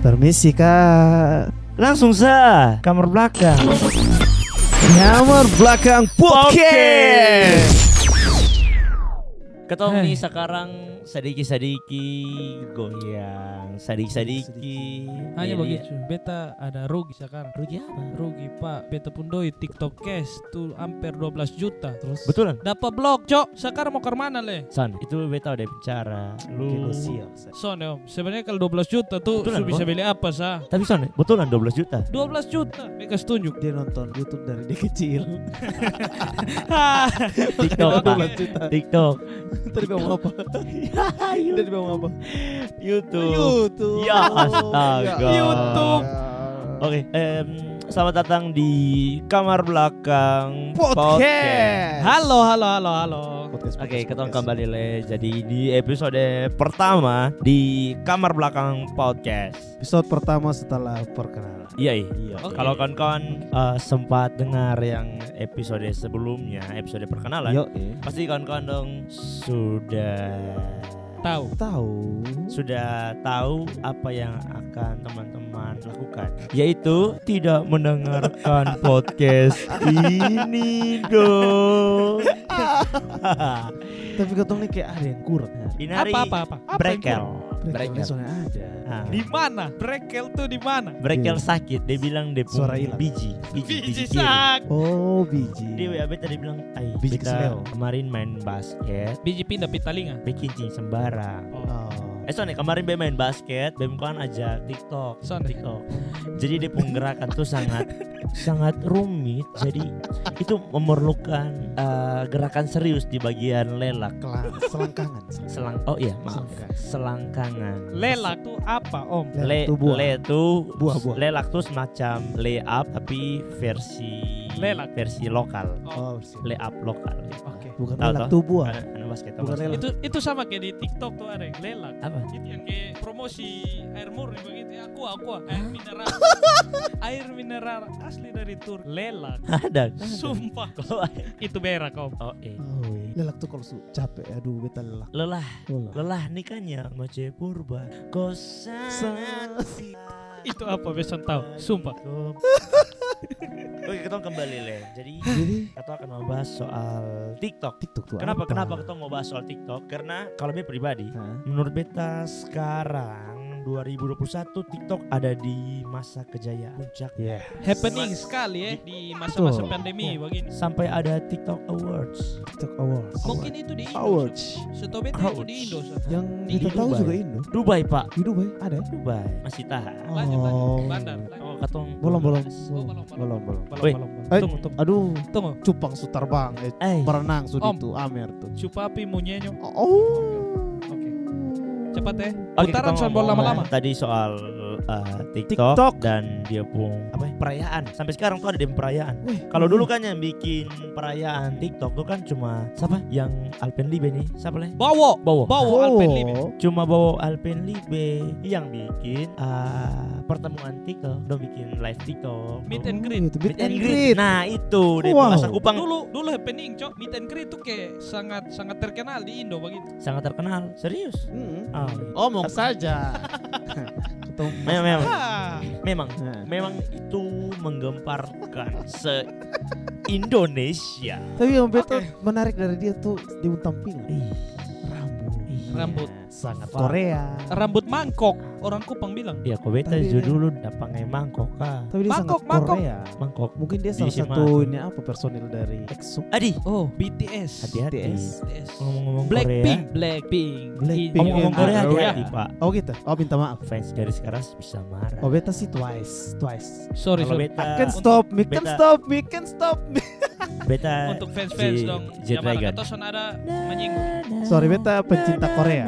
Permisi Kak. Langsung sa kamar belakang. Kamar belakang podcast. Ketemu nih sekarang sedikit goyang, sedikit. Hanya Jadi, begitu. Beta ada rugi sekarang. rugi apa? Rugi pak. Beta pun doi TikTok cash tuh hampir 12 juta. Terus Betulan? Dapat blok cok. Sekarang mau ke mana le? San, itu beta udah bicara. Lu Son ya om. Sebenarnya kalau 12 juta tuh Betulan, su bisa Bang. beli apa sah? tapi Son, betulan 12 juta. 12 juta. Beka tunjuk. dia nonton YouTube dari dia kecil. TikTok, Pak. 12 juta. TikTok. Tadi ngomong apa? Tadi ngomong apa? YouTube. Ya astaga. YouTube. Oke, selamat datang di kamar belakang Podcast. Halo. Podcast. Oke, ketemu kembali le. Jadi di episode pertama di kamar belakang podcast. Episode pertama setelah perkenalan. Iya. Oke. Kalau kawan-kawan sempat dengar yang episode sebelumnya, episode perkenalan, Yo, pasti kawan-kawan dong sudah tahu apa yang akan teman-teman lakukan, yaitu tidak mendengarkan podcast ini dong. Tapi ketemu nih kayak ada yang kurang. Ini hari Apa? brekel. Breakelnya soalnya ada. Nah, Di mana? Brekel tuh di mana? brekel sakit. Dia bilang dia Suara punya hilang. biji kiri. sak. Oh, biji. Dia WA beta dia bilang, "Ai, Biji beta keseleo." kemarin main basket, Biji pindah pitalinga. bikin sembarang." Oh. Soalnya kemarin dia main basket, Bem kan ajak TikTok. Son. Jadi dia pun gerakan tuh sangat rumit. Jadi itu memerlukan gerakan serius di bagian lelak. Selangkangan. Oh iya, maaf. Selangkangan. Lelak tuh apa om? Lelak tuh buah. Le tuh Buah. lelak tuh semacam lay up tapi versi Lelak. versi lokal. Oh, bersih. Lay up lokal. Oke. Bukan Tahu, lelak tahu? tuh buah. Anak basket. Bukan basket. lelak. Itu sama kayak di TikTok tuh ada yang lelak. Apa? Itu yang kayak promosi air murni begitu ya. Aqua, air mineral. Air mineral asli dari Turki. Lelak. Ada. Sumpah. Itu berak om. Oh iya. Oh, iya. Lelak tuh kalau capek, aduh beta lelak. Lelah nikahnya Mace Purba. Kau sangat Itu apa besan tahu? Sumpah. Oke, kita kembali Le. Jadi kita akan membahas soal TikTok. TikTok tuh. Kenapa apa? kita mau bahas soal TikTok? Karena kalau beta pribadi, Hah? menurut beta sekarang 2021 TikTok ada di masa kejayaan puncak. Yeah. Happening sekali ya di masa-masa Betul. pandemi begini. Sampai ada TikTok Awards. TikTok Awards. Mungkin itu di Indo. Awards. Setahu beta itu di Indo. Sah. Yang Di kita tahu Dubai. juga Indo. Dubai, Pak. Di Dubai ada ya? Dubai. Masih tahan. Lanjut. Oh. Bandar. Oh, katong Belum. Belum. Woi. Aduh, Tunggu. cupang su terbang, berenang su Om. itu Amer tuh. Cupapi munyenyo. Oh. Oke. Cepat ya. Oke, Putaran kita soal bola ngomong lama-lama. Tadi soal TikTok, TikTok. dan dia pun perayaan. Sampai sekarang tuh ada dem perayaan. Kalau dulu kan yang bikin perayaan TikTok tuh kan cuma siapa? Yang Alpenlibe nih. Siapa leh? Bawo Bawo. Alpenlibe. Cuma bawa Alpenlibe yang bikin pertemuan TikTok, dong bikin live TikTok. Meet and greet. Itu meet Meet and greet. Nah, itu dia Wow. bahasa Kupang Dulu happening cok. Meet and greet tuh kayak sangat terkenal di Indo begitu. sangat terkenal. Serius. Omong saja. Ketemu Memang Nah. memang itu menggemparkan se-Indonesia. Tapi yang beta menarik dari dia tuh di tampingan. Rambut. Sangat Wah. Korea. Rambut mangkok. Orang Kupang bilang. Ya kok beta Tapi dia- dulu dapangai mangkok kah? Tapi dia Mangkok, sangat mangkok. Korea. Mangkok. Mungkin dia Di salah SMA. satu ini apa personil dari EXO. Adi, Oh, BTS. hati-hati. BTS. Ngomong-ngomong Blackpink. Korea. Blackpink. Blackpink. Ngomong-ngomong Ah, Korea Korea. hati-hati, Pak. Oh gitu. Oh minta maaf. Fans garis keras bisa marah. Oh beta sih twice. Sorry. Kalau beta Can stop me, can beta- stop me, can stop me. beta Untuk fans-fans J- dong. J-Dragon. Atau sonada menyinggung. Sorry beta pencinta Korea.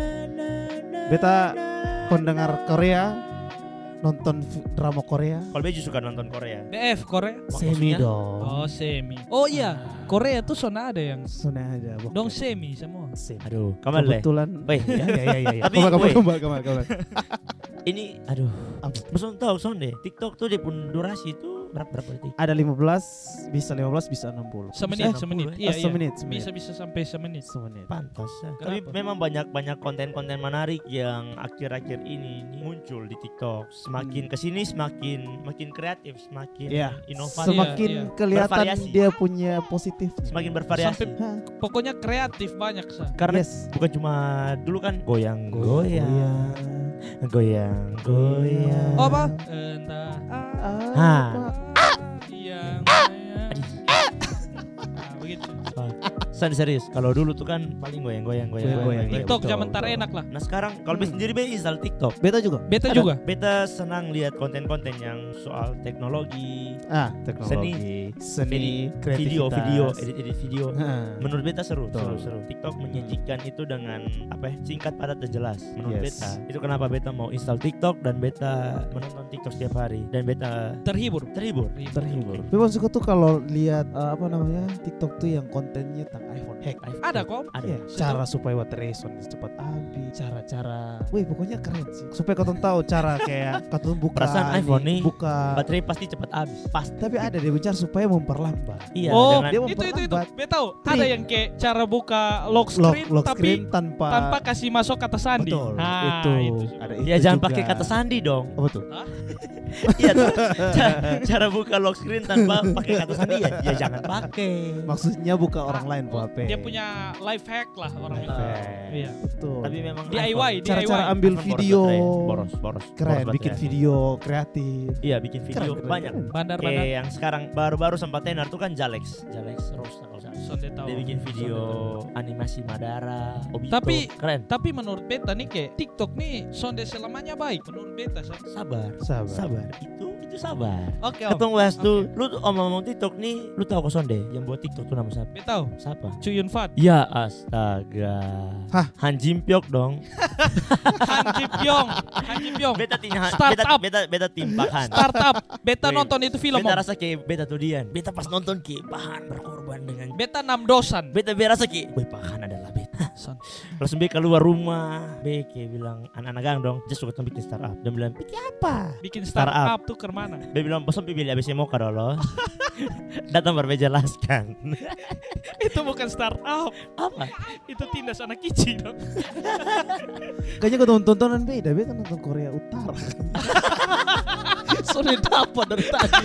Beta pendengar Korea, nonton drama Korea. Kalau Beju suka nonton Korea. DF Korea. Semi Maksudnya? dong. Oh semi. Oh iya. Korea tuh sonada yang Sudah aja. Bok. dong semi semua. Semi. Aduh, kamal leh. Kebetulan. Weh, Ya. Tapi, weh. Kembali. ini aduh. Apa? Maksudnya tahu son deh. TikTok tuh dia pun durasi itu berapa detik? Ada 15, bisa 60. Semenit. Iya, semenit. Bisa sampai semenit. Semenit. Pantas ya. Kenapa? Tapi memang banyak konten-konten menarik yang akhir-akhir ini muncul di TikTok. Semakin kesini semakin kreatif, semakin Iya. inovatif, Semakin Iya. kelihatan Bervariasi. dia punya positif. semakin bervariasi. Sampai- Hah, Pokoknya kreatif banyak sa. Karena yes. bukan cuma dulu kan goyang. Oh apa? Entah yang begitu. San serius. Kalau dulu tuh kan paling goyang. Goyang. TikTok betul, zaman betul. terenak lah. Nah sekarang kalau beta sendiri beta install TikTok. Beta juga. Beta Ada. juga. Beta senang lihat konten-konten yang soal teknologi, Teknologi, seni, kreativitas. video, edit video. Hah. Menurut beta seru. Betul. TikTok menyajikan itu dengan singkat, padat dan jelas. Menurut Yes. beta. Itu kenapa beta mau install TikTok dan beta menonton TikTok setiap hari dan beta Terhibur. terhibur. Beta suka tuh kalau lihat TikTok tuh yang kontennya tentang iPhone hack. Ada kok. Ada. Iya, cara supaya baterai cepat habis, cara-cara. Wih, pokoknya keren sih. Supaya kau tahu cara kayak kau buka Perasaan iPhone nih, buka. Baterai pasti cepat habis. Pasti. Tapi ada dia bicara supaya memperlambat. Iya, Oh, dengan dia itu. memperlambat. Beta tahu. Trik. Ada yang kayak cara buka lock screen Lock tapi screen tanpa kasih masuk kata sandi. Betul. Nah, itu. itu. Ada ya itu jangan juga. pakai kata sandi dong. Oh, betul. Iya, cara buka lock screen tanpa pakai kata sandi ya jangan pakai. Maksudnya buka orang lain po HP. Dia punya life hack lah orang Life bilang. hack. Iya. Betul. Tapi memang DIY. cara-cara ambil iPhone video boros keren, boros bikin baterai. video kreatif. Iya, bikin video Keren, banyak. keren. Bandar-bandar. Kayak yang sekarang baru-baru sempat tenar tuh kan Jalex Rose kalau salah. Sonde tahu. Dia bikin video animasi Madara, Obito. Tapi- keren. Tapi menurut beta nih kayak TikTok nih sonde selamanya baik menurut beta. Sa. Sabar. Itu sabar. Oke, Ketemu bahas tuh, lu tuh omong-omong TikTok nih, lu tahu kok Sonde yang buat TikTok tuh nama siapa? Beta tahu. Siapa? Chuyun Fat. Ya astaga. Hah? Han Jin Pyok dong. Han Ji Pyong. Beta Startup. beta timpakan. Startup. Beta Wih, nonton itu film. Beta Om. rasa kayak beta tuh Dian. Beta pas nonton kayak Pahan berkorban dengan Beta 6 dosan. beta berasa kayak woi Pahan adalah beta. Son. Langsung be keluar rumah, be kayak bilang anak-anak gang dong, just suka bikin startup. Dan bilang bikin apa? Bikin Startup. startup tuh ke mana? Be bilang bosan pilih ABC Moka dulu. Datang baru be jelaskan. Itu bukan startup. Apa? Itu tindas anak kecil dong. Kayaknya gue tontonan beda nonton Korea Utara. Sudah dapat dari tadi.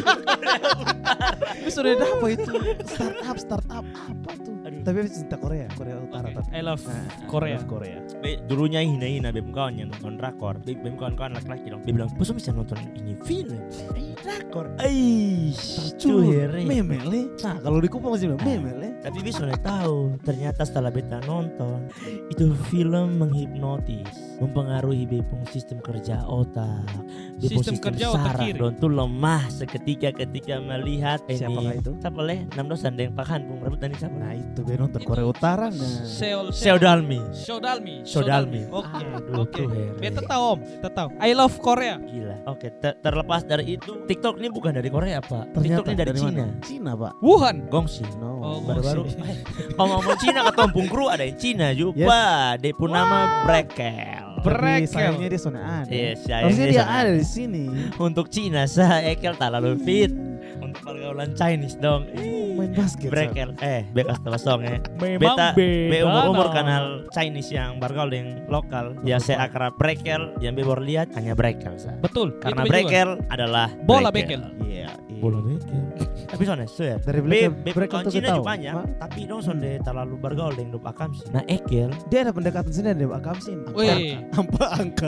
Ini sudah dapat itu startup apa tuh? Aduh. Tapi cinta Korea Utara. Okay. Tapi. I love Nah, Korea. Korea. Be dulunya hina-hina bem kawan yang nonton drakor. Bem kawan-kawan laki-laki dong. Be bilang, "Bos bisa nonton ini film, ini drakor." Cuy, memele. Nah, kalau di Kupang masih bilang memele. Tapi bisa tahu, ternyata setelah beta nonton, itu film menghipnotis, mempengaruhi bepung sistem kerja otak. Bepung Sistem kerja otak saraf kiri. don tuh lemah seketika ketika melihat Siapakah ini. itu? Siapa leh? 6 dosan deng pakan pung rebutan ini siapa? Nah, itu be nonton Korea Utara nah. Seodalmi. Shodalmi. Oke. Aduh, Oke. tuh heran. Beta tahu Om. Beta tahu. I love Korea. Gila. Oke, terlepas dari itu, TikTok ini bukan dari Korea, Pak. Ternyata TikTok ini dari Cina. mana? Cina, Pak. Wuhan. Gongxi. No. Oh, Baru-baru Gongxi. ngomong Cina ke Tompung Kru ada yang Cina juga. Dia pun nama Brekel. Tapi Brekel. sayangnya dia soalnya ada. Yes, Harusnya dia ada di sini. Untuk Cina saya Ekel tak lalu fit. Untuk pergaulan Chinese dong. Main basket. Brekel. Bekas telasong ya. Memang Beta be umur-umur nah. kenal Chinese yang bergaul yang lokal. Ya saya akrab Brekel. Yang be baru lihat hanya Brekel sa. Betul. Karena itu juga. Brekel adalah Bola bekel. Iya. Bola bekel. Tapi soalnya swear. Dari Brekel tuh Cina tahu. juga banyak. Ma, Tapi dong sonde terlalu bergaul dengan Dop Akam sih. Nah Ekel. dia ada pendekatan sendiri dari Akam sih. Wih. Hampa angka.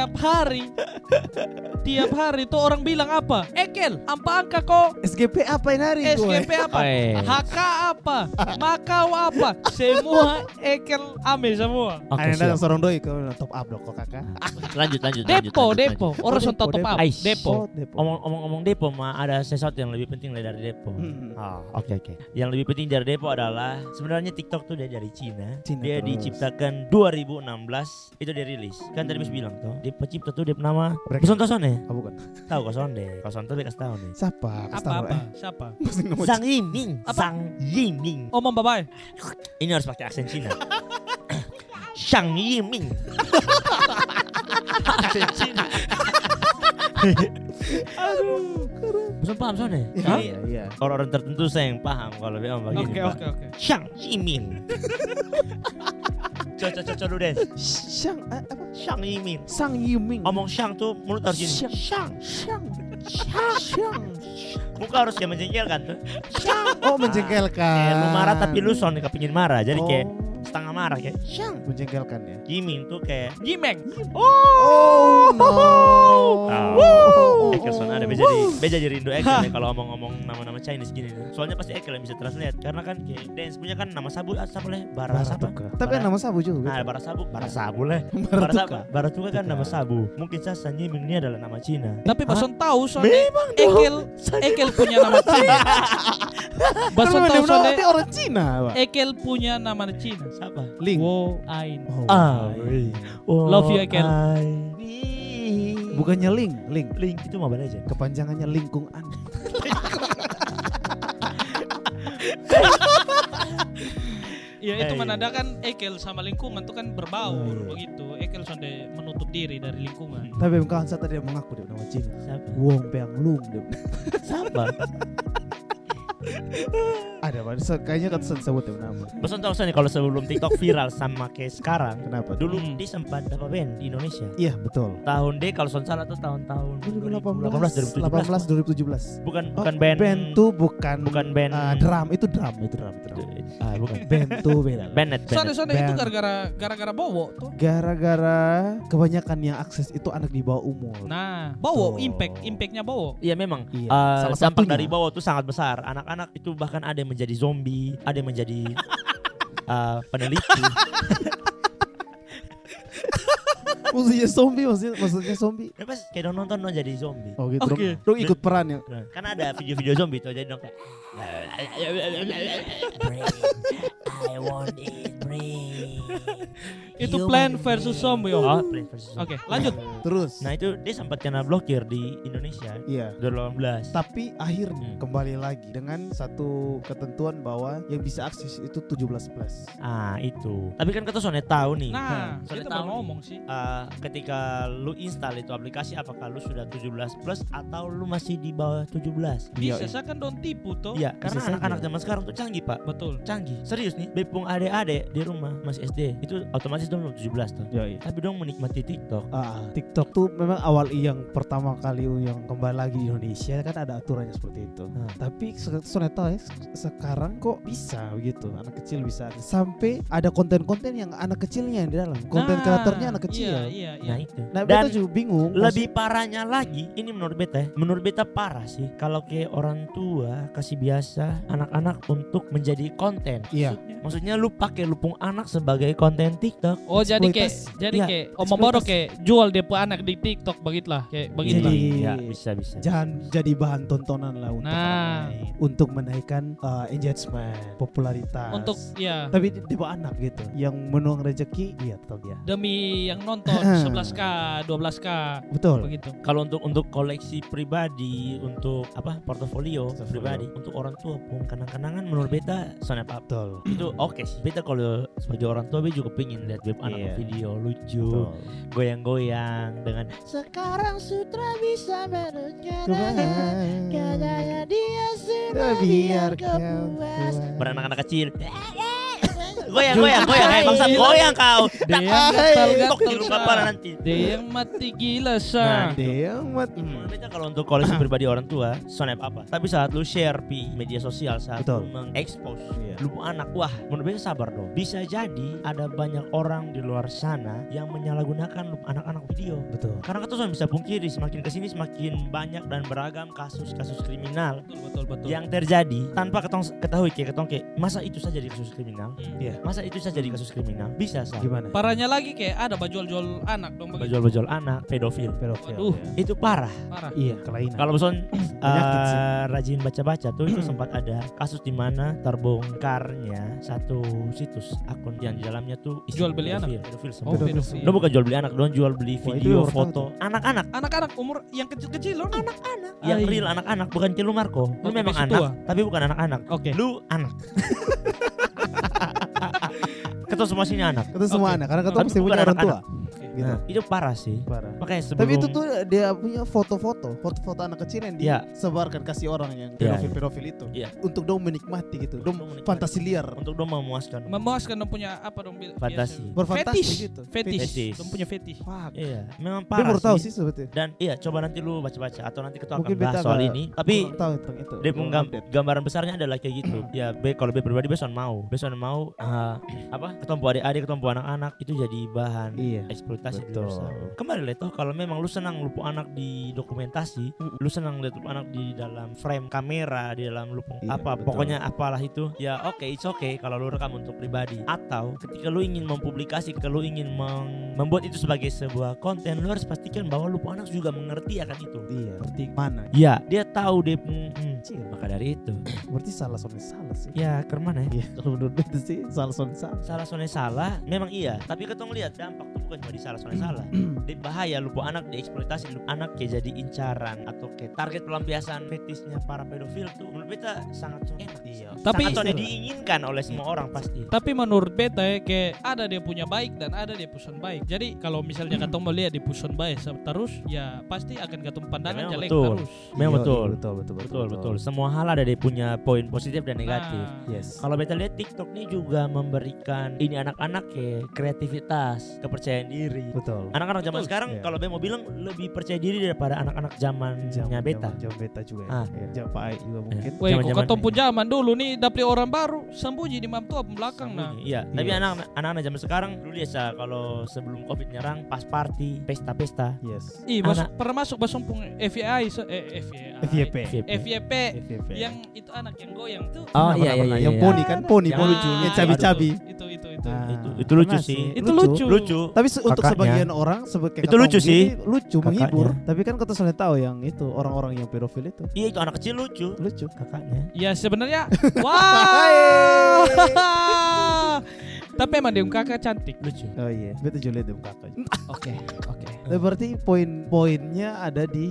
Tiap hari tuh orang bilang apa? Ekel, ampa angka kok. SGP apa yang hari SGP apa? HK apa? Makau apa? Semua Ekel ame semua. Oke, Ada siap. datang seorang doi ke top up dong kok kakak. Lanjut. Depo. Orang Oh, sontot top Depo, up. Ais. Depo. Depo. Omong-omong Depo mah ada sesuatu yang lebih penting dari Depo. Oke. Yang lebih penting dari Depo adalah sebenarnya TikTok tuh dari Cina. Cina Dia terus. diciptakan 2016 itu dirilis. Kan tadi Mas bilang tuh, dia pencipta tuh dia nama Brekel. Kosong Tosone. Oh, bukan. Tahu Kosonde. Kosong tuh dia kasih tahu nih. Siapa? Apa? Siapa? Sang Yiming. Apa? Sang Yiming. Omong bye-bye. Ini harus pakai aksen Cina. Sang Yiming. aksen Cina. Bosan paham soalnya. Iya. Orang-orang tertentu saya yang paham kalau dia ngomong begini. Oke. Shang Yimin. Coba dulu deh. Shang Yimin. Sang Yiming. Ngomong Shang tuh mulut harus gini. Shang. Muka harus kayak menjengkelkan tuh. Oh, menjengkelkan. Kayak lu marah tapi lu soalnya kepingin marah. Jadi kayak Oh, setengah marah kayak Shang. menjengkelkan ya. Yimin tuh kayak Gimeng. Oh no. Ekelson ada beja jadi rindu Ekel ya kalau ngomong nama-nama Chinese gini. Soalnya pasti Ekel yang bisa translate karena kan kayak dance punya kan nama sabu apa boleh Bara apa? Tapi kan nama sabu juga. Nah, Bara sabu lah. Baratuka. Baratuka kan nama sabu. Mungkin saja Yimin ini adalah nama Cina. Tapi Bason tahu soalnya Ekel punya nama Cina. Bason tahu soalnya orang Cina, Pak. Ekel punya nama Cina. Siapa? Ling. Wo Ain. Love you, Ekel. Bukannya Ling. Link itu Mobile Legends. Kepanjangannya lingkung Anda. Ya itu menandakan Ekel sama lingkungan itu kan berbaur begitu. Ekel sudah menutup diri dari lingkungan. Tapi kawan saya tadi mengaku dia nama Cina. Siapa? Wong Peang Lung dia. Siapa? Ada Pak. Kayaknya kata sebut ya nama. Bosan tahu nih kalau sebelum TikTok viral sama kayak sekarang. Kenapa? Dulu dia sempat dapat band di Indonesia. Iya, betul. Tahun D kalau son salah tuh tahun-tahun 2018 2017. Bukan Oh, band. Band tuh bukan band. drum, itu drum. Bukan. Band tuh beda. Bennett. Soalnya itu Band. gara-gara Bowo tuh. Gara-gara kebanyakan yang akses itu anak di bawah umur. Nah, Bowo Betul. impactnya Bowo. Iya memang. Iya, salah Dampak satunya. dari bawah tuh sangat besar. Anak-anak itu bahkan ada yang menjadi zombie, ada yang menjadi peneliti. Maksudnya zombie. Ya pas kayak nonton jadi zombie. Oh gitu. Oke. Dong ikut peran ya. Karena ada video-video zombie tuh jadi dong kayak I want it brain. Itu Plant versus Zombie. Oh, Om. Plant versus Zombie. Oke, lanjut. Terus. Nah itu dia sempat kena blokir di Indonesia Iya. 2018. Tapi akhirnya kembali lagi dengan satu ketentuan bahwa yang bisa akses itu 17 plus. Ah itu. Tapi kan kita soalnya tahu nih. Nah, soalnya kita tahu mau nih, ngomong sih. ketika lu install itu aplikasi apakah lu sudah 17 plus atau lu masih di bawah 17? Bisa saya kan don't tipu tuh. Iya, karena bisa anak-anak saja. zaman sekarang tuh canggih, Pak. Betul. Canggih. Serius nih, bepung adik-adik di rumah masih SD. Itu otomatis dong belum 17 tuh. Tapi dong menikmati TikTok. TikTok tuh memang awal yang pertama kali yang kembali lagi di Indonesia kan ada aturannya seperti itu. Tapi soalnya tahu ya, sekarang kok bisa begitu anak kecil bisa sampai ada konten-konten yang anak kecilnya yang di dalam konten kreatornya anak kecil. Iya. Nah itu. Nah, Dan beta juga bingung. lebih parahnya lagi, ini menurut beta parah sih kalau kayak orang tua kasih biasa anak-anak untuk menjadi konten. Iya. Maksudnya lu pakai lupung anak sebagai konten TikTok. Oh jadi kayak Iya, Om Mamboro kayak jual dia anak di TikTok begitulah kayak begitulah. Jadi- ya, bisa. Jangan jadi bahan tontonan lah untuk Nah. orang lain. Untuk menaikkan engagement, popularitas. Untuk ya tapi di bawah anak gitu. Yang menuang rezeki iya tetap dia. demi yang nonton 11K, 12K Betul. begitu. Kalau untuk koleksi pribadi, untuk apa portofolio pribadi, untuk orang tua pun kenang-kenangan menurut beta soalnya apa Betul. itu oke sih. Beta kalau sebagai orang tua beta juga pengen lihat web anak Iya. video lucu, Betul. goyang-goyang dengan sekarang sutra bisa menunjukkan katanya dia sudah biar kau puas. Beranak-anak kecil. Goyang, bangsat goyang kau. Dia yang Tok di gatal-gatal luka sa. parah nanti. Dia yang mati gila Nah, sa. Dia mat. Menurut beta kalau untuk koleksi pribadi orang tua, soalnya apa? Tapi saat lu share di media sosial, saat Betul. lu mengekspos Iya. lu anak, wah, menurut beta sabar dong. Bisa jadi ada banyak orang di luar sana yang menyalahgunakan lu anak-anak video. Betul. Karena kita sudah bisa pungkiri semakin kesini semakin banyak dan beragam kasus-kasus kriminal Betul. yang terjadi tanpa ketahui kayak masa itu saja jadi kasus kriminal? Iya. Masa itu saja jadi kasus kriminal? Bisa sah. Gimana? Parahnya lagi kayak ada jual anak dong begitu. Bajol-bajol anak, pedofil. Pedofil. Waduh. Ya. Itu parah. Parah. Iya, kelainan. Kalau bosan Penyakit sih. rajin baca-baca tuh itu sempat ada kasus di mana terbongkarnya satu situs akun yang di dalamnya tuh isi Jual beli anak? pedofil Oh, semua. pedofil. Lo bukan jual beli anak, dong jual beli Wah, itu video, baru tahu foto anak-anak. Anak-anak umur yang kecil-kecil loh. Anak-anak yang Ay. real anak-anak, bukan kayak lu Marco. Lu Oke, memang masih anak, tua. tapi bukan anak-anak. Oke. Lu anak. Ketemu semua sini anak. Kita semua Oke. anak karena kita Tapi mesti punya bukan orang tua. anak-anak. gitu. Nah, itu parah sih. Parah. Makanya sebelum Tapi itu tuh dia punya foto-foto anak kecil yang disebarkan kasih orang yang pedofil itu. Iya. Untuk dong menikmati gitu. Dong menikmati. fantasi liar. Untuk dong memuaskan dong punya apa dong fantasi. Berfantasi gitu. Fetish. Dong punya fetish. Fuck. Iya, memang Dia parah baru tahu sih sebetulnya. Dan iya, coba nanti lu baca-baca atau nanti kita akan Mungkin bahas beta soal agak ini. Tapi kurang tahu tentang itu. dia Belum update. gambaran besarnya adalah kayak gitu. Ya, kalau B pribadi beson mau ketemu adik-adik, ketemu anak-anak itu jadi bahan eksploitasi di luar sana. Kembali Leto, kalau memang lu senang lupa anak di dokumentasi, lu senang lihat lupa anak di dalam frame kamera, di dalam lupa pokoknya apalah itu, ya oke, it's okay kalau lu rekam untuk pribadi. Atau ketika lu ingin mempublikasi, ketika lu ingin membuat itu sebagai sebuah konten, lu harus pastikan bahwa lupa anak juga mengerti akan itu. Iya, berarti mana? Ya, dia tahu dia maka dari itu. Berarti salah sih. Ya, kemana ya? Iya, kalau menurut itu sih salah. Salah memang iya, tapi ketong lihat dampak tuh bukan cuma di salah. Di bahaya lupa anak dieksploitasi, lupa anak kayak jadi incaran atau kayak target pelampiasan fetisnya para pedofil tuh menurut beta sangat enak. Iya. Tapi sangat diinginkan oleh semua orang pasti. Tapi menurut beta kayak ada dia punya baik dan ada dia puson baik. Jadi kalau misalnya katong mau lihat di puson baik terus, ya pasti akan katong pandangan jelek terus. Memang Betul. betul. Semua hal ada dia punya poin positif dan negatif. Yes. Kalau beta lihat TikTok ini juga memberikan ini anak-anak kayak kreativitas, kepercayaan diri. Betul. Anak-anak zaman sekarang kalau beta mau bilang lebih percaya diri daripada anak-anak zamannya beta. Zaman beta juga ya. Zaman Pak Ai juga mungkin. Weh, kok katong pun zaman dulu nih dapet orang baru sembunyi di mamtua belakang nah. Iya, tapi anak-anak zaman sekarang dulu ya kalau sebelum Covid nyerang pas party, pesta-pesta. Yes. Pernah masuk basompung FYP yang itu anak yang goyang tuh. Oh iya. Yang poni kan, poni lucu, yang cabi-cabi. Itu lucu sih. Itu lucu. Tapi untuk sebagian orang itu lucu sih. Lucu, menghibur. Tapi kan kita sudah tahu yang itu orang-orang yang pedofil itu. Iya, itu anak kecil lucu kakaknya. Ya sebenarnya wah. Tapi emang dia kakak cantik, lucu. Oh iya, beta juga lihat dia kakak. Oke. Berarti poin-poinnya ada di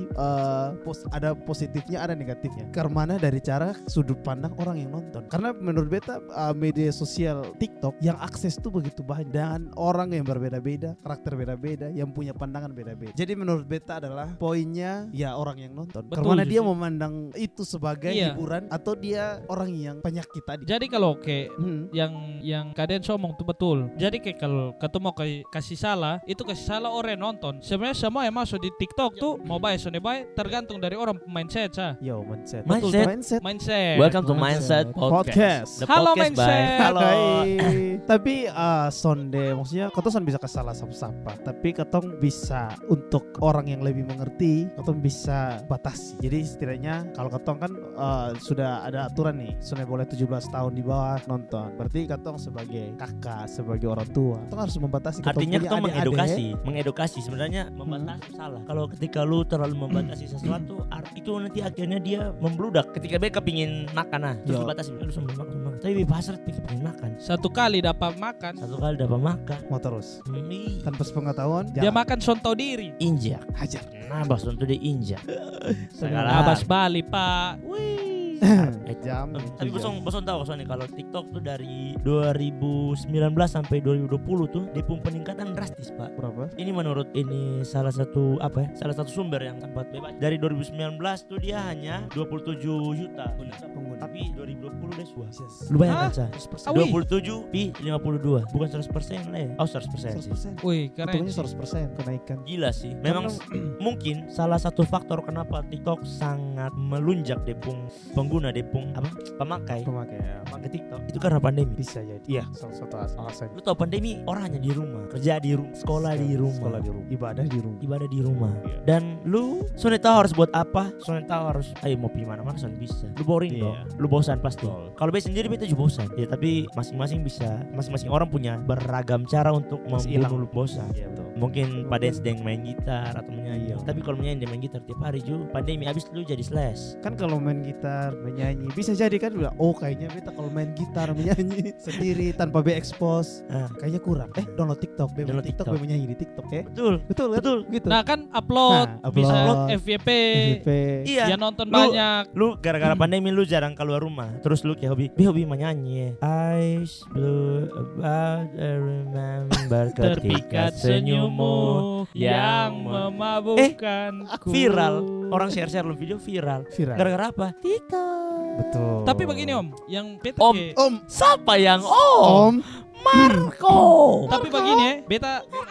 ada positifnya, ada negatifnya. Karena dari cara sudut pandang orang yang nonton. Karena menurut beta media sosial TikTok yang akses tuh begitu banyak dan orang yang berbeda-beda, karakter beda-beda, yang punya pandangan beda-beda. Jadi menurut beta adalah poinnya ya orang yang nonton. Karena dia memandang itu sebagai hiburan atau dia orang yang penyakit tadi. Jadi kalau kayak yang kalian ngomong tuh betul. Jadi kayak kalau ketemu kasih salah, itu kasih salah orang yang nonton. Sebenarnya semua yang masuk di TikTok tuh mau baik so baik tergantung dari orang mindset Yo, mindset. Mindset. Welcome to Mindset Podcast. Halo Mindset. Halo. Tapi sonde maksudnya ketong bisa ke salah siapa, tapi ketong bisa untuk orang yang lebih mengerti, ketong bisa batasi. Jadi setidaknya kalau ketong kan sudah ada aturan nih, sonde boleh 17 tahun di bawah nonton. Berarti ketong sebagai kakak, sebagai orang tua, ketong harus membatasi. Artinya ketong mengedukasi sebenarnya membatasi salah. Kalau ketika lu terlalu membatasi sesuatu, itu nanti akhirnya dia membludak. Ketika mereka pingin makan terus dibatasi, lu sama makan. Tapi pasar pingin makan. Satu kali dapat makan. Mau terus. Tanpa sepengetahuan. Dia makan sonto diri. Injak, hajar. Nabas untuk dia injak. Nabas Bali, Pak. Wih. Jam. Tapi bosan tahu soalnya kalau TikTok tuh dari 2019 sampai 2020 tuh dia pun peningkatan drastis, Pak. Berapa? Ini menurut salah satu sumber yang sempat bebas. Dari 2019 tuh dia hanya 27 juta pengguna. Tapi 2020 dia suah. Lu bayangkan Sa, 27 pi 52. Bukan 100% lah ya. 100% sih. Wih, keren. 100% kenaikan. Gila sih. Memang mungkin salah satu faktor kenapa TikTok sangat melunjak depung pengguna, depung pemakai TikTok itu karena pandemi. Bisa jadi. Iya, salah satu alasan. Lu tahu pandemi orang hanya di rumah, kerja di rumah, sekolah di rumah, ibadah di rumah. Iya. Dan lu soalnya tahu harus buat apa, soalnya tahu harus mau pergi mana-mana soalnya bisa. Lu boring dong, lu bosan pasti. Kalau beta sendiri beta juga bosan. Ya tapi masing-masing orang punya beragam cara untuk membunuh lu bosan. Iya, betul. Mungkin pada sedang main gitar atau menyanyi. Tapi kalau menyanyi dia main gitar tiap hari juga pandemi habis lu jadi slash. Kan kalau main gitar menyanyi. Bisa jadi kan bilang, oh kayaknya beta kalau main gitar menyanyi sendiri tanpa be expose, kayaknya kurang. Download TikTok, Download TikTok, TikTok. menyanyi di TikTok ya. Betul. Gitu. Nah kan upload, bisa upload FYP, Iya. ya nonton Lu- banyak. Lu gara-gara pandemi lu jarang keluar rumah. Terus lu kayak hobi menyanyi. Eyes blue about I remember ketika Terpikat senyummu senyummu yang memabukkan. viral. Orang share lu video viral. Gara-gara apa? Betul. Tapi begini Om, yang beta Om. ke- Siapa yang Om? Marco. tapi begini ya, beta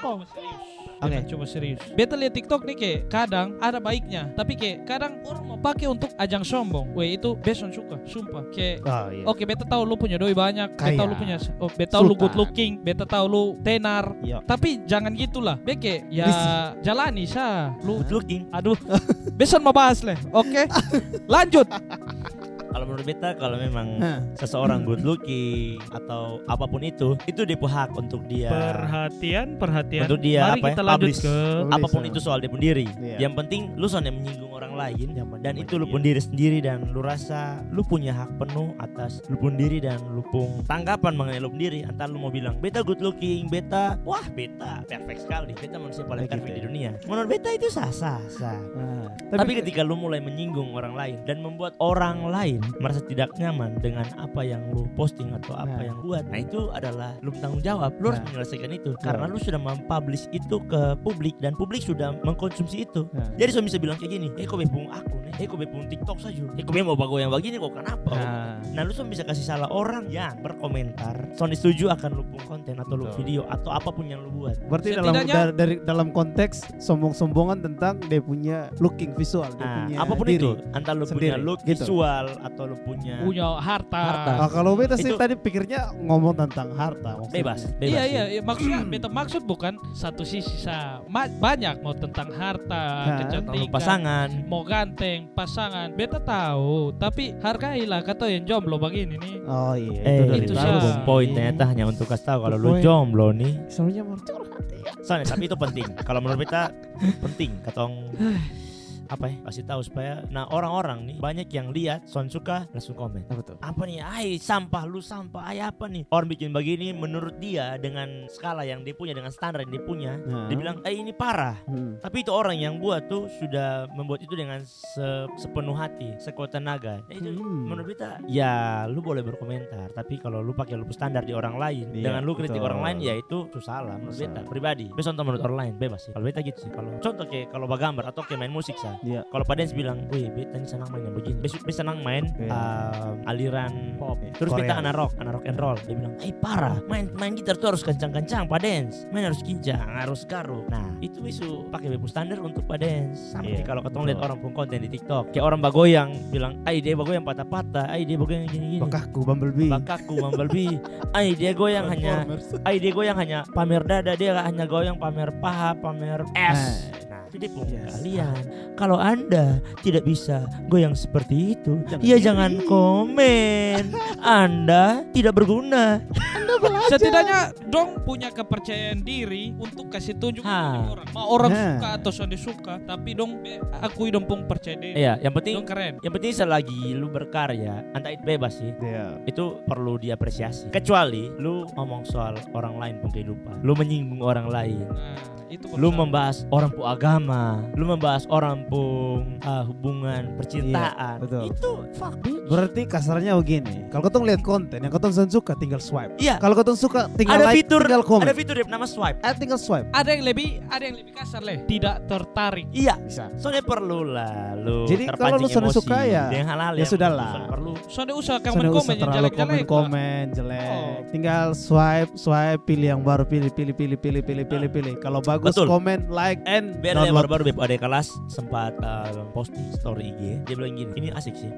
Oke. coba serius. Beta lihat TikTok nih kayak kadang ada baiknya, tapi kayak kadang orang mau pakai untuk ajang sombong. Weh itu beson suka, sumpah. Kayak Iya. oke, beta tahu lu punya doi banyak, beta Kaya. tahu lu punya, beta tahu lu Sultan. good looking, beta tahu lu tenar. Iya. Tapi jangan gitulah. Beke ya jalani sah. Lu Good looking. aduh. Beson mau bahas leh. Oke. Lanjut. Kalau menurut beta kalau memang seseorang good looking atau apapun itu dia punya hak untuk dia Perhatian. untuk dia Mari apa kita ya, lanjut publish. ke Apapun itu soal dia pun diri. Iya. Yang penting lu soalnya menyinggung orang lain dan itu lu Iya. pun diri sendiri dan lu rasa lu punya hak penuh atas lu pun diri dan lu pun tanggapan mengenai lu pun diri. Antara lu mau bilang beta good looking, beta perfect sekali, beta manusia paling Kayak perfect gitu di dunia. Menurut beta itu sah. Tapi ketika lu mulai menyinggung orang lain dan membuat orang lain merasa tidak nyaman dengan apa yang lu posting atau apa yang buat, nah itu adalah lu bertanggung jawab. Lu harus menyelesaikan itu karena lu sudah mempublish itu ke publik dan publik sudah mengkonsumsi itu. Jadi so bisa bilang kayak gini, kok bepung aku nih, kok bepung TikTok saja, kok mau bago yang begini kok kenapa? Nah lu so bisa kasih salah orang yang berkomentar, so setuju akan lu pung konten atau lu video atau apapun yang lu buat. Berarti Setidaknya- dari dalam konteks sombong-sombongan tentang dia punya looking visual, dia punya apapun diri. itu, entah lu punya sendiri, look gitu. visual atau lu punya harta. Kalau beta sih Itu- tadi pikirnya ngomong tentang harta maksudnya. bebas. Iya, maksudnya beta maksud bukan satu sisi banyak mau tentang harta, Atau kecantikan, pasangan. mau ganteng, pasangan. Beta tahu, tapi hargailah kata yang jomblo begini nih. Oh iya, itu dari sah. bagus. Poin ternyata hanya untuk kasih tahu kalau lu Poin. jomblo nih. Soalnya mau curhat ya. Soalnya tapi itu penting. Kalau menurut beta penting katong apa ya kasih tahu supaya orang-orang nih banyak yang lihat son suka langsung komen Betul. apa nih sampah lu sampah apa nih orang bikin begini menurut dia dengan skala yang dia punya dengan standar yang dia punya dia bilang ini parah tapi itu orang yang buat tuh sudah membuat itu dengan sepenuh hati sekuat tenaga itu menurut beta ya lu boleh berkomentar tapi kalau lu pakai lu standar di orang lain dengan lu kritik orang lain ya itu salah menurut beta pribadi contoh menurut orang lain bebas sih kalau beta gitu sih kalau contoh kayak kalau bagambar atau kayak main musik sah. Iya. Kalau Padens bilang, wih beta ini senang main yang begini. Beta senang main aliran pop. Terus beta anak rock and roll. Dia bilang, parah. Main gitar tuh harus kencang-kencang Padens. Main harus kincang, harus garuk. Nah itu bisu pakai bepu standar untuk Padens. Sama kalau ketemu lihat orang pun konten di TikTok, kayak orang bagoyang bilang, dia bagoyang patah-patah. Dia bagoyang gini-gini. Bakaku Bumblebee. Dia goyang hanya pamer dada, dia hanya goyang pamer paha, pamer ass. Jadi kalian kalau Anda tidak bisa goyang seperti itu, jangan komen. Anda tidak berguna. Setidaknya dong punya kepercayaan diri untuk kasih tunjuk ke orang. Mau orang suka atau sonde suka, tapi dong akui dong pung percaya diri. Iya, yang penting dong keren. Yang penting selagi lu berkarya, entah itu bebas sih. Itu perlu diapresiasi. Kecuali lu ngomong soal orang lain pun kehidupan. Lu menyinggung orang lain. Itu lu membahas orang pun agama, lu membahas orang pun hubungan percintaan. Itu fuck bitch. Berarti kasarnya begini. Kalau kau lihat konten yang kau suka tinggal swipe. Iya. Kalau kau suka tinggal ada like, fitur, tinggal komen. ada fitur yang nama swipe. Tinggal swipe. Ada yang lebih kasar leh. Tidak tertarik. Iya. Bisa. Soalnya perlu lah lu. Jadi kalau lu suka ya hal-hal ya yang sudahlah. Perlu. Soalnya usah komen yang jelek-jelek. Komen jelek. Tinggal swipe pilih yang baru pilih. Kalau bagus komen like and download. Baru ada kelas sempat posting story IG. Dia bilang gini, ini asik sih.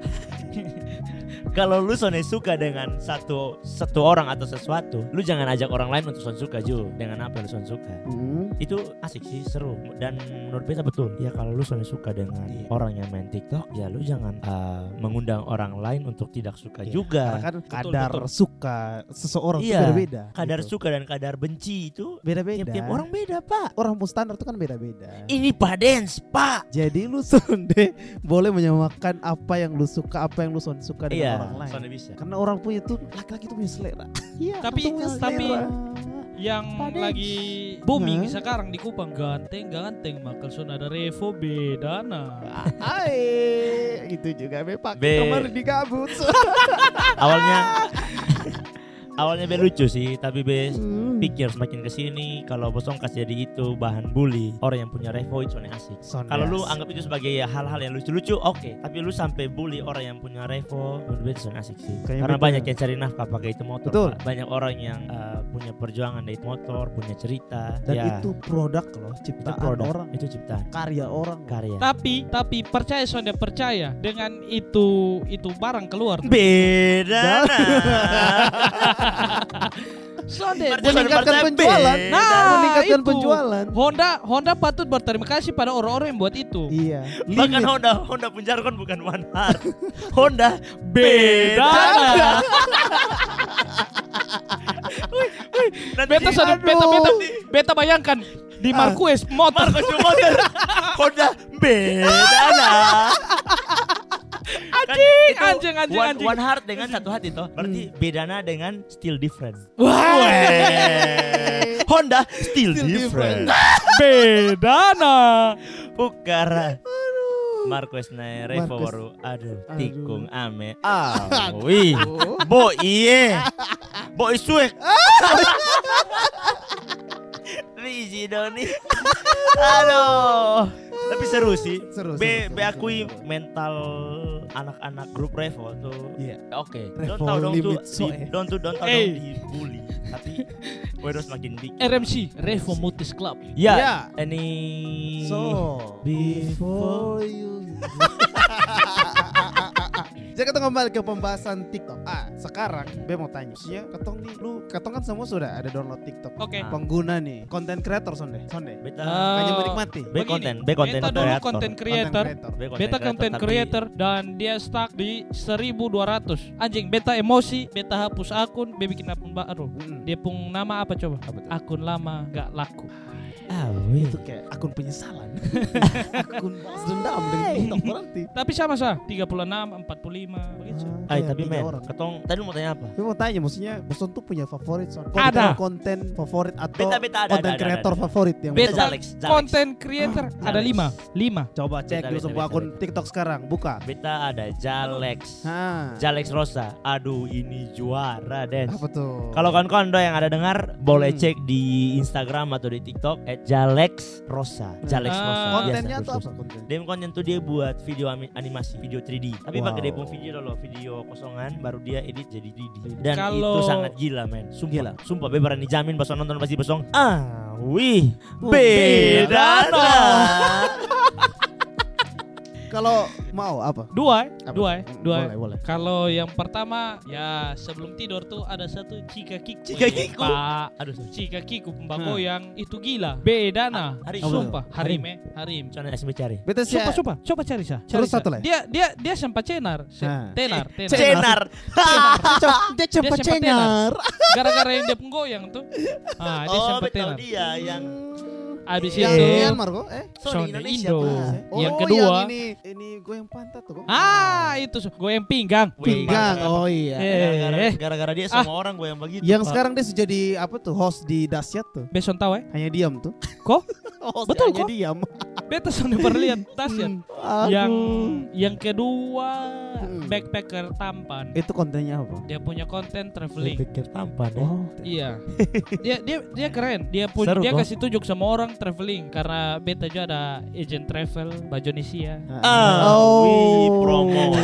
Kalau lu soalnya suka dengan satu orang atau sesuatu, lu jangan ajak orang lain untuk suka juga dengan apa yang lu suka. Itu asik sih, seru. Dan menurut beta betul. Ya kalau lu soalnya suka dengan orang yang main TikTok, ya lu jangan mengundang orang lain untuk tidak suka juga. Karena kan kadar suka seseorang itu beda-beda. Kadar suka dan kadar benci itu beda-beda. Tiap orang beda, Pak. Orang pun standar itu kan beda-beda. ini Pak Dens, Pak. Jadi lu sonde boleh menyamakan apa yang lu suka, apa yang lu suka dengan orang lain. Sonde bisa. Karena orang punya tuh, laki-laki tuh punya selera. Iya. Tapi yang Padens. lagi booming sekarang di Kupang ganteng makal son ada Revo beda nah. Itu juga Pak. Be. Kemarin digabut. Awalnya be lucu sih, tapi be pikir semakin kesini kalau bosong kasih jadi itu bahan bully orang yang punya Revo itu asik. Kalau lu anggap itu sebagai hal-hal yang lucu-lucu, oke. Tapi lu sampai bully orang yang punya Revo, menurut itu asik sih. Karena banyak yang cari nafkah pakai itu motor. Betul. Banyak orang yang punya perjuangan dari motor, punya cerita. Dan itu produk loh, ciptaan orang. Itu ciptaan. Karya orang. Karya. Tapi percaya sonde percaya dengan itu barang keluar. Beda. Sonde meningkatkan penjualan. Meningkatkan itu. penjualan. Honda patut berterima kasih pada orang-orang yang buat itu. Iya. Bahkan Honda pun jargon bukan one heart. Honda Beda. Beta bayangkan di Marquez motor. Honda beda. Anjing. One heart dengan satu hati toh. Berarti bedana dengan still different. Honda still different. Bedana. Pukara. Marquez naik Revo baru. Aduh, tikung ame. Wih. Bo iye. Bo isuek. Riji doni. Aduh. Tapi seru sih. Seru. Akui mental anak-anak grup Revo tuh. Iya. Oke. Don't tahu dong dibully. Tapi wedo semakin big. RMC Revo Mutis Club. Ya. Ini. So before you. Jadi kita kembali ke pembahasan TikTok. Sekarang Be mau tanya, maksudnya Katong kan semua sudah ada download TikTok. Oke. Pengguna nih, content creator sonde. Beta hanya menikmati. Beta dulu content creator. Beta content creator dan dia stuck di 1.200. Anjing, beta emosi, beta hapus akun, be bikin akun baru. Dia pun nama apa coba? Akun lama gak laku. Itu kayak akun penyesalan. Akun balas dendam dengan TikTok berarti. Tapi sama 36, 45 begitu. Tapi men, ketong tadi mau tanya apa? Gue mau tanya, maksudnya Boson tuh punya favorit son? Ada konten favorit atau beta konten kreator favorit yang beta konten creator ada 5. Coba cek dulu semua akun TikTok sekarang, buka. Beta ada Jalex. Jalex Rosa. Aduh, ini juara Den. Apa tuh? Kalau kawan-kawan yang ada dengar boleh cek di Instagram atau di TikTok @Jalex Rosa. Jalex Rosa. Kontennya tuh apa konten? Dia konten tuh dia buat video animasi, video 3D. Tapi pakai dia pun video dulu, video kosongan baru dia edit jadi 3D. Dan itu sangat gila men. Sumpah be berani jamin basong nonton pasti basong. Wih, beda. Kalau mau apa? Dua. Boleh. Kalau yang pertama ya sebelum tidur tuh ada satu Cika Kiku. Aduh, Cika Kiku pembago yang itu gila. Beda nah. Sumpah. Harim. Coba SB cari. Coba cari sah. Terus satu lagi. Dia sempat cenar. Tenar. Dia sempat cenar. Gara-gara yang dia penggoyang tuh. Dia sempat tenar. Dia yang abis yang itu Myanmar kok Sony Indonesia Indo. Yang kedua ini gue yang pantat tuh kok. Itu gue yang pinggang. Oh iya. Gara-gara dia sama orang gue yang begitu. Yang sekarang dia sudah jadi apa tuh host di Dasyat tuh. Beson tahu Hanya diam tuh. Kok? Betul kok. Hanya diam. Beta sudah berlihat Dasyat. Yang kedua backpacker tampan. Itu kontennya apa? Dia punya konten traveling. Backpacker tampan ya. Iya. Dia keren. Dia kasih tunjuk sama orang traveling karena beta juga ada agent travel Bajonesia. Promo.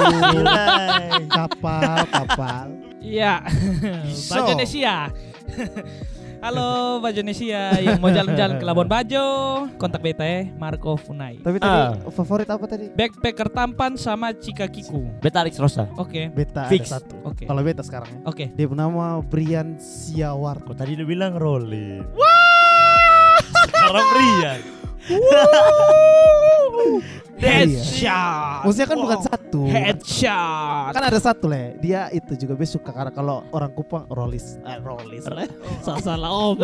Kapal. Iya. Bajonesia. Halo Bajonesia yang mau jalan-jalan ke Labuan Bajo, kontak beta Marco Funai. Tapi tadi favorit apa tadi? Backpacker tampan sama Cika Kiku. Beta Alex Rosa. Oke. Beta fix. Ada satu. Oke. Kalau beta sekarang ya. Oke. Dia bernama Brian Siawar. Kok tadi lu bilang Rolling? Sekarang Brian. Headshot. Maksudnya kan bukan satu. Headshot. Kan ada satu le. Dia itu juga be suka karena kalau orang Kupang rollis le. Salah om.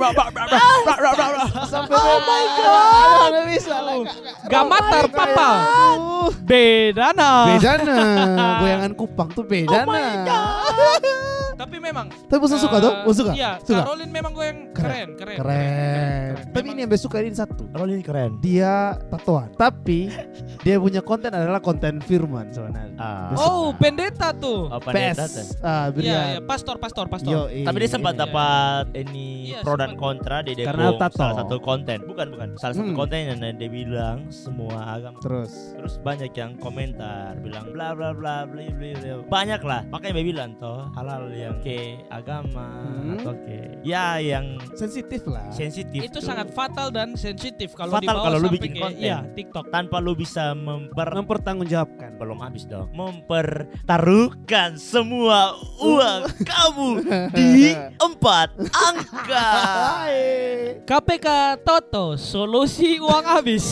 Sampai oh my god. Enggak bisa lah. Gamatar papa. Bedana. Goyangan Kupang tuh bedana. Tapi memang. Tapi Bosan suka tuh? Bosan suka? Iya, Suka? Caroline memang gue yang keren. Tapi ini yang be suka ini satu. Caroline keren. Dia tatoan. Tapi dia punya konten adalah konten firman sebenarnya. Oh, pendeta tuh. Oh, pendeta tuh. PS. Iya, Berian. pastor. Yo, Tapi dia sempat dapat ini Iya, pro dan sempat. kontra di Depok. Karena tato. Salah satu konten. Bukan. Salah satu konten yang dia bilang semua agama. Terus Banyak yang komentar bilang bla bla bla bla bla bla. Banyak lah. Makanya dia bilang toh halal yang ke agama atau ke ya yang sensitif lah. sensitif. Itu tuh. sangat fatal dan sensitif kalau Fatal dibawa kalau lu sampai bikin ke konten. iya, TikTok. Tanpa lu bisa Mempertanggungjawabkan. belum habis dong. Mempertaruhkan semua uang kamu di 4 angka. KPK Toto, solusi uang habis.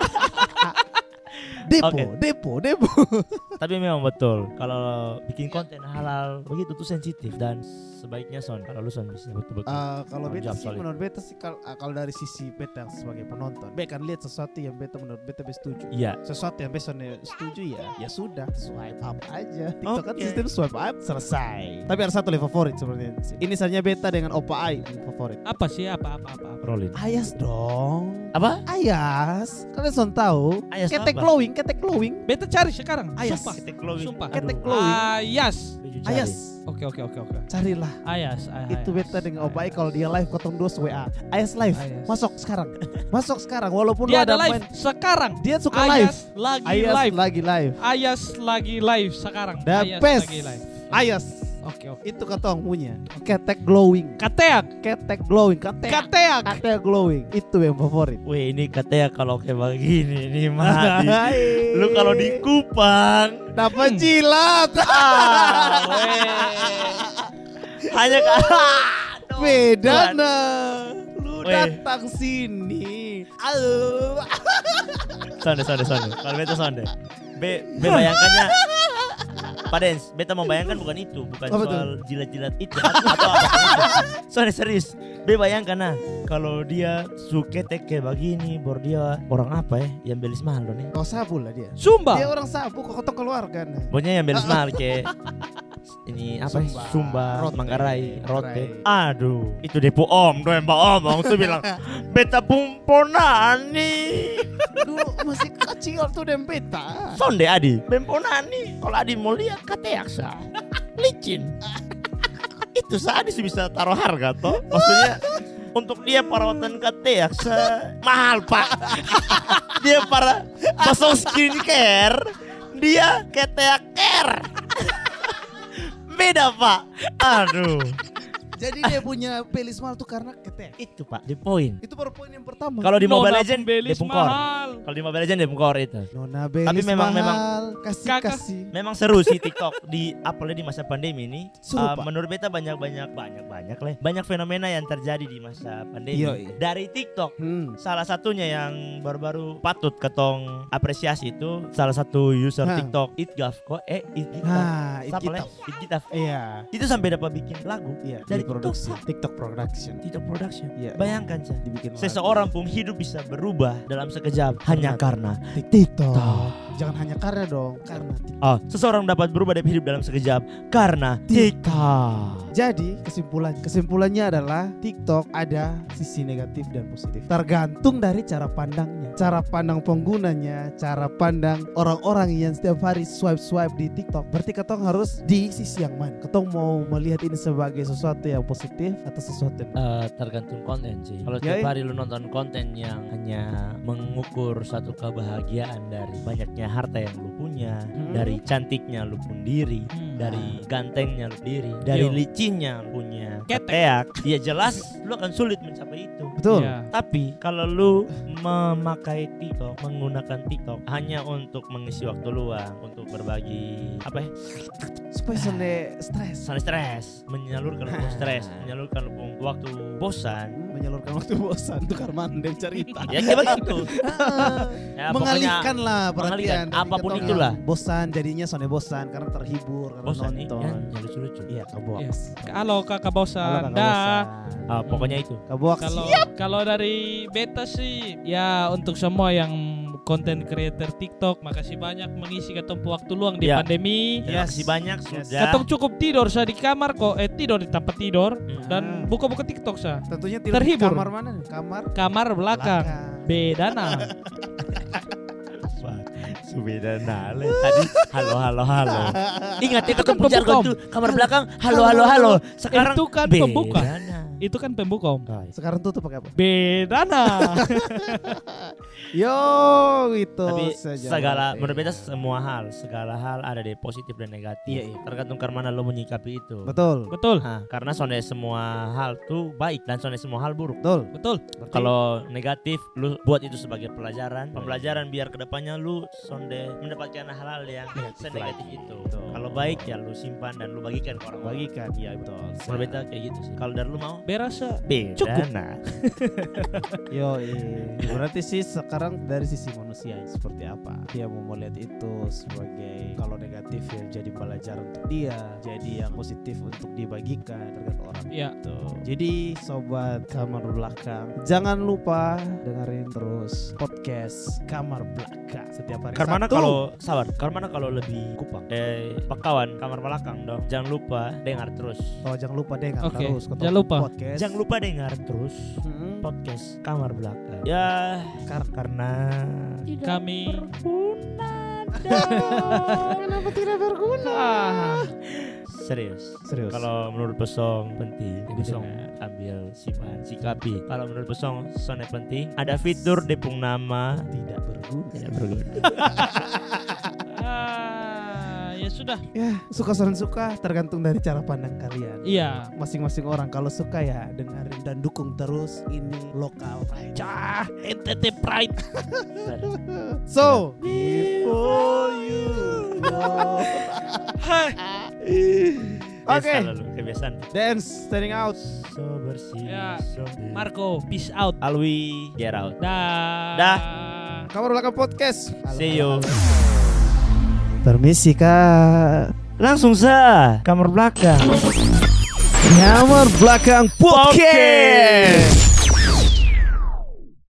Depo. Tapi memang betul kalau bikin konten halal begitu tuh sensitif dan sebaiknya kalau lu bisa betul-betul. Kalau beta jawab sih soal itu. menurut beta sih kalau dari sisi beta sebagai penonton, beta kan lihat sesuatu yang beta menurut beta setuju. Iya. Sesuatu yang beta setuju ya sudah swipe up aja. TikTok kan Oke. sistem swipe up selesai. Tapi ada satu yang favorit sebenarnya. Ini saja beta dengan Opa Ai yang favorit. Apa sih? Apa? Rolling. Ayas dong. Apa? Ayas. Kalian son tahu? Ayas Ketek apa? glowing. Beta cari sekarang. Ayas. Sumpah. Ketek glowing. Ayas. Ayas. Oke. Carilah. Ayas. Itu beta dengan Opa Ai kalau dia live kotong 2 WA. Ayas live. Ayas. Masuk sekarang walaupun Dia lu ada ada live main. sekarang. Dia suka live. Ayas lagi Ayas live. lagi live. Ayas lagi live sekarang. The Ayas best. lagi live. Ayas. Oke. Itu katong punya. Ketek glowing. Kateak. Ketek glowing. Ketek glowing. Itu yang favorit. Weh ini katanya kalau kayak begini nih mah lu kalau di Kupang dapat jilat. hanya Beda nah. Lu Weh. datang sini. Halo. sonde kalau beta sonde be bayangkannya Pak Dens, beta membayangkan bukan Apa soal jilat-jilat itu atau apa itu. Soalnya serius, be bayangkan nah kalau dia suketek kayak begini, baru dia orang apa ya yang belis mahal nih. Kau sabu lah dia. Sumba. Dia orang sabu kok kotong keluarga nah. Pokoknya yang belis mahal kayak ini apa ya? Sumba, Rote. Manggarai, Rote. Manggarai. Aduh, itu depo om, doang mbak om tuh bilang beta pumponani. Dulu masih kecil tuh dan beta. Sonde Adi, bemponani. Kalau Adi mau lihat kateaksa, licin. Itu Adi sih bisa taruh harga toh. Maksudnya untuk dia perawatan kateaksa mahal pak. Dia para pasang skincare, dia keteak care. Beda pak. Aduh. Jadi dia punya pelis mahal tuh karena ketek. Itu pak, di poin. Itu baru poin yang pertama. Kalau di Mobile Nona Legend Belis dia pungkor. mahal. Kalau di Mobile Legend dia pungkor itu. Nona belis Tapi memang Kakak. kasih. Memang seru sih TikTok di apalagi di masa pandemi ini. Seru, Pak. Menurut beta banyak lah. Banyak fenomena yang terjadi di masa pandemi Iya. dari TikTok. Salah satunya yang baru-baru patut ketong apresiasi itu salah satu user TikTok Itgaf kok Nah, Itgitaf. Iya. Itu sampai dapat bikin lagu Iya, dari produksi. TikTok. TikTok production. TikTok production. Iya. Bayangkan Cah, Dibikin lagu. seseorang pun hidup bisa berubah dalam sekejap hanya karena TikTok. Jangan hanya karena dong, karena TikTok. seseorang dapat berubah dari hidup dalam sekejap karena TikTok. Jadi kesimpulannya adalah TikTok ada sisi negatif dan positif. Tergantung dari cara pandangnya, cara pandang penggunanya, cara pandang orang-orang yang setiap hari swipe di TikTok. Berarti ketong harus di sisi yang mana? Ketong mau melihat ini sebagai sesuatu yang positif atau sesuatu yang Tergantung konten sih. Kalau Ya, tiap hari lu nonton konten yang hanya mengukur satu kebahagiaan dari banyaknya harta yang lu punya, dari cantiknya lu pun diri, dari gantengnya lu diri, dari Yo. licinnya lu punya Ketek. ketek, dia jelas lu akan sulit mencapai itu. Betul. Iya. Tapi kalau lu memakai TikTok, menggunakan TikTok hanya untuk mengisi waktu luang, untuk berbagi apa ya? Supaya stres. Soal stres, menyalurkan waktu stres, menyalurkan waktu bosan. Menyalurkan waktu bosan tuh Karman dan cerita. Ya kayak begitu. Ya, Mengalihkan lah mengalihkan, perhatian dari apapun ketong itulah. yang bosan jadinya soalnya bosan karena terhibur karena Bosan nih, nonton. ya lucu-lucu. Iya, kabox. Iya. Halo kakak bosan. Halo, Kakak Dah. bosan. Pokoknya itu. Kabox. Kalau dari beta sih ya untuk semua yang konten creator TikTok, makasih banyak mengisi ketemu waktu luang di Ya. pandemi. Terima kasih banyak sudah. Ketemu cukup tidur saya di kamar kok, tidur di tempat tidur dan Hmm. buka-buka TikTok saya. Tentunya tidur di Terhibur. kamar mana? Kamar belakang. Beda nah. Beda nale tadi halo. Ingat ya Itu kan ketemu jargon pembuka, itu kamar belakang halo. Sekarang Itu kan beda pembuka. nah. Itu kan pembuka om. Sekarang tuh pakai apa? Beda nah. Yo, itu Tapi saja. menurut beta segala hal ada di positif dan negatif. Iya. Tergantung mana lo menyikapi itu. Betul. Betul. Nah, karena soalnya semua hal tuh baik dan soalnya semua hal buruk. Betul. Betul. Kalau negatif, lu buat itu sebagai pelajaran, pembelajaran biar kedepannya lu sonde mendapatkan hal-hal yang senegatif itu. Kalau baik ya lu simpan dan lu bagikan ke orang. Bagikan, iya betul. Menurut beta kayak gitu sih. Kalau dari lu mau? Berasa Beda. Cukup. Nah. Yo, berarti sih sekarang dari sisi manusia seperti apa? Dia mau melihat itu sebagai kalau negatif ya jadi pelajaran untuk dia, jadi yang positif untuk dibagikan tergantung orang. Iya. Jadi sobat kamar belakang, jangan lupa dengerin terus podcast kamar belakang setiap hari Karena Sabtu. Karena kalau lebih kupang pakawan kamar belakang dong. Jangan lupa dengar terus. Oh, jangan lupa dengar Oke, terus jangan lupa. podcast. Jangan lupa dengar terus Mm-mm. podcast kamar belakang. Ya karena kami Kenapa tidak berguna? serius. Serius. Kalau menurut Besong penting, Besong ambil simpan sikapi. Kalau menurut Besong sonnya penting, ada fitur depung nama tidak berguna. tidak berguna. Ya sudah. Ya, suka tergantung dari cara pandang kalian. Iya. Masing-masing orang kalau suka ya dengerin dan dukung terus ini lokal pride. NTT Pride. So, before you go. Oke. Kebiasaan. Dance standing out. So bersih. Ya. So Marco, peace out. Alwi, get out. Dah. Kamar belakang podcast. See you. Permisi Kak. Langsung sa kamar belakang. Kamar belakang podcast.